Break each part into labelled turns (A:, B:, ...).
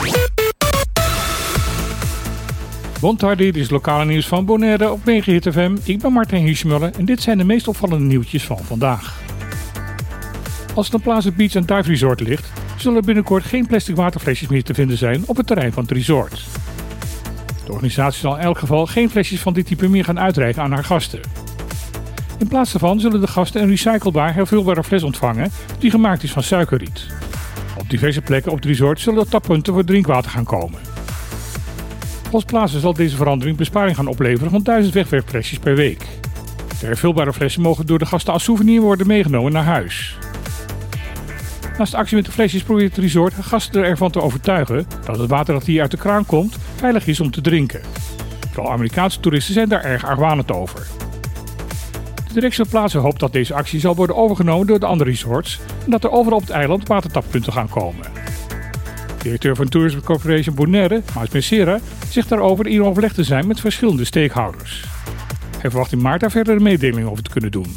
A: Bontardi, dit is lokale nieuws van Bonaire op Megahit FM. Ik ben Martijn Hirschmuller en dit zijn de meest opvallende nieuwtjes van vandaag. Als het een Plaza Beach & Dive Resort ligt, zullen er binnenkort geen plastic waterflesjes meer te vinden zijn op het terrein van het resort. De organisatie zal in elk geval geen flesjes van dit type meer gaan uitreiken aan haar gasten. In plaats daarvan zullen de gasten een recyclebaar hervulbare fles ontvangen die gemaakt is van suikerriet. Op diverse plekken op het resort zullen er tappunten voor drinkwater gaan komen. Volgens Plaza zal deze verandering besparing gaan opleveren van 1000 wegwerpflesjes per week. De hervulbare flessen mogen door de gasten als souvenir worden meegenomen naar huis. Naast de actie met de flesjes probeert het resort gasten ervan te overtuigen dat het water dat hier uit de kraan komt veilig is om te drinken. Vooral Amerikaanse toeristen zijn daar erg argwanend over. De directie van Plaza hoopt dat deze actie zal worden overgenomen door de andere resorts en dat er overal op het eiland watertappunten gaan komen. De directeur van Tourism Corporation Bonaire, Maus Messera, zegt daarover in overleg te zijn met verschillende stakeholders. Hij verwacht in maart daar verdere mededelingen over te kunnen doen.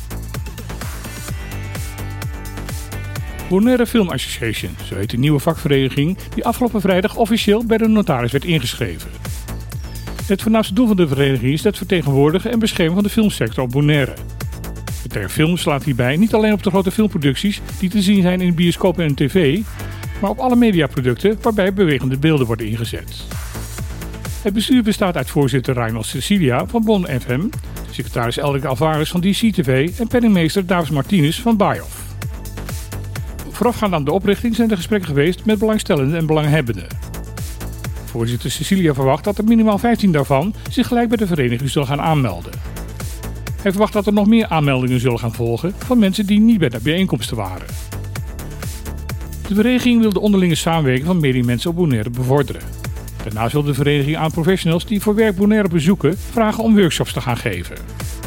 A: Bonaire Film Association, zo heet de nieuwe vakvereniging die afgelopen vrijdag officieel bij de notaris werd ingeschreven. Het voornaamste doel van de vereniging is het vertegenwoordigen en beschermen van de filmsector op Bonaire. De term film slaat hierbij niet alleen op de grote filmproducties die te zien zijn in bioscopen en tv, maar op alle mediaproducten waarbij bewegende beelden worden ingezet. Het bestuur bestaat uit voorzitter Reinald Cecilia van Bon FM, secretaris Eldrik Alvarez van DC TV en penningmeester Davis Martinez van BIOF. Voorafgaand aan de oprichting zijn er gesprekken geweest met belangstellenden en belanghebbenden. Voorzitter Cecilia verwacht dat er minimaal 15 daarvan zich gelijk bij de vereniging zullen gaan aanmelden. Hij verwacht dat er nog meer aanmeldingen zullen gaan volgen van mensen die niet bij de bijeenkomsten waren. De vereniging wil de onderlinge samenwerking van mediemensen op Bonaire bevorderen. Daarnaast wil de vereniging aan professionals die voor werk Bonaire bezoeken vragen om workshops te gaan geven.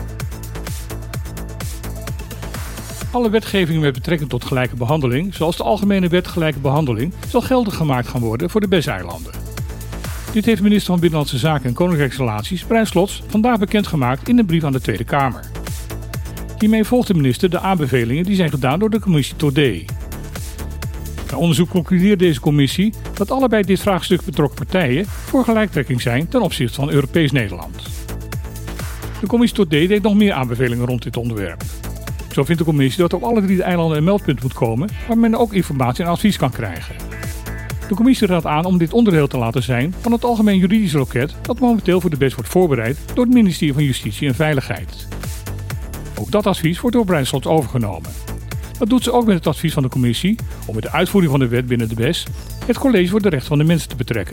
A: Alle wetgevingen met betrekking tot gelijke behandeling, zoals de Algemene Wet Gelijke Behandeling, zal geldig gemaakt gaan worden voor de BES-eilanden. Dit heeft minister van Binnenlandse Zaken en Koninkrijksrelaties, Brian Slots, vandaag bekendgemaakt in een brief aan de Tweede Kamer. Hiermee volgt de minister de aanbevelingen die zijn gedaan door de commissie Todé. Na onderzoek concludeert deze commissie dat allebei dit vraagstuk betrokken partijen voor gelijktrekking zijn ten opzichte van Europees Nederland. De commissie Todé deed nog meer aanbevelingen rond dit onderwerp. Zo vindt de commissie dat op alle 3 de eilanden een meldpunt moet komen waar men ook informatie en advies kan krijgen. De commissie raadt aan om dit onderdeel te laten zijn van het Algemeen Juridisch Loket dat momenteel voor de BES wordt voorbereid door het ministerie van Justitie en Veiligheid. Ook dat advies wordt door Brian Slots overgenomen. Dat doet ze ook met het advies van de commissie om met de uitvoering van de wet binnen de BES het College voor de Rechten van de Mensen te betrekken.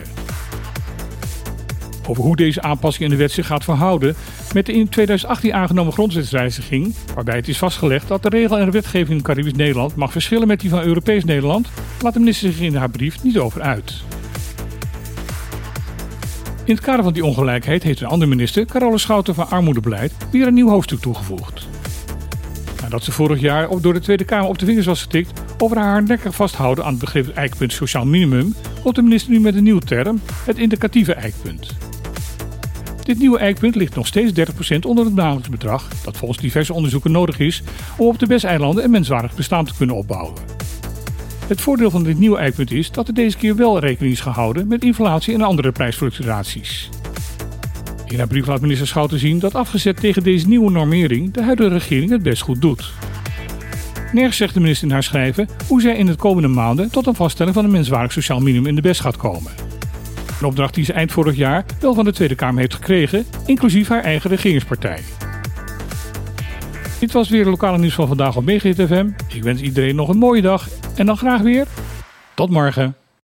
A: Over hoe deze aanpassing in de wet zich gaat verhouden met de in 2018 aangenomen grondwetswijziging, waarbij het is vastgelegd dat de regel en de wetgeving in Caribisch Nederland mag verschillen met die van Europees Nederland, laat de minister zich in haar brief niet over uit. In het kader van die ongelijkheid heeft een andere minister, Carole Schouten van Armoedebeleid, weer een nieuw hoofdstuk toegevoegd. Nadat ze vorig jaar door de Tweede Kamer op de vingers was getikt over haar hardnekkig vasthouden aan het begrip eikpunt sociaal minimum, komt de minister nu met een nieuwe term, het indicatieve eikpunt. Dit nieuwe eikpunt ligt nog steeds 30% onder het maandelijks bedrag dat volgens diverse onderzoeken nodig is om op de BES-eilanden een menswaardig bestaan te kunnen opbouwen. Het voordeel van dit nieuwe eikpunt is dat er deze keer wel rekening is gehouden met inflatie en andere prijsfluctuaties. In haar brief laat minister Schouten zien dat afgezet tegen deze nieuwe normering de huidige regering het best goed doet. Nergens zegt de minister in haar schrijven hoe zij in de komende maanden tot een vaststelling van een menswaardig sociaal minimum in de BES gaat komen. Een opdracht die ze eind vorig jaar wel van de Tweede Kamer heeft gekregen, inclusief haar eigen regeringspartij. Dit was weer het lokale nieuws van vandaag op Megahit FM. Ik wens iedereen nog een mooie dag en dan graag weer tot morgen.